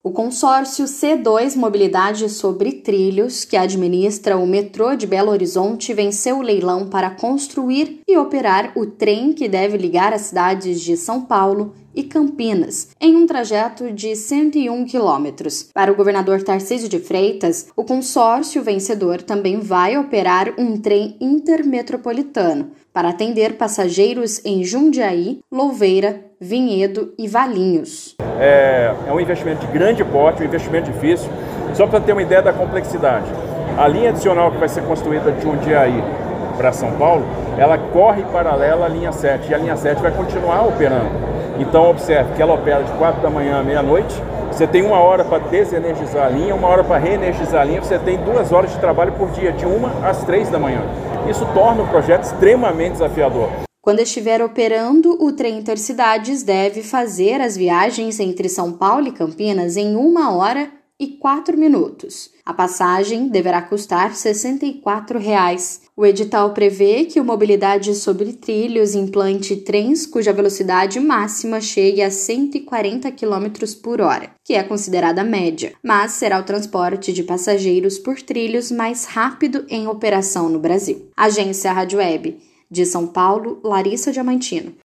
O consórcio C2 Mobilidade sobre Trilhos, que administra o metrô de Belo Horizonte, venceu o leilão para construir e operar o trem que deve ligar as cidades de São Paulo e Campinas, em um trajeto de 101 quilômetros. Para o governador Tarcísio de Freitas, o consórcio vencedor também vai operar um trem intermetropolitano para atender passageiros em Jundiaí, Louveira, Vinhedo e Valinhos. É um investimento de grande porte, um investimento difícil. Só para ter uma ideia da complexidade, a linha adicional que vai ser construída de Jundiaí para São Paulo, ela corre paralela à linha 7 e a linha 7 vai continuar operando. Então observe que ela opera de 4 da manhã à meia-noite, você tem 1 hora para desenergizar a linha, 1 hora para reenergizar a linha, você tem 2 horas de trabalho por dia, de 1 às 3 da manhã. Isso torna o projeto extremamente desafiador. Quando estiver operando, o trem Intercidades deve fazer as viagens entre São Paulo e Campinas em 1 hora e 4 minutos. A passagem deverá custar R$ 64. O edital prevê que o Mobilidade sobre Trilhos implante trens cuja velocidade máxima chegue a 140 km por hora, que é considerada média, mas será o transporte de passageiros por trilhos mais rápido em operação no Brasil. Agência Rádio Web. De São Paulo, Larissa Diamantino.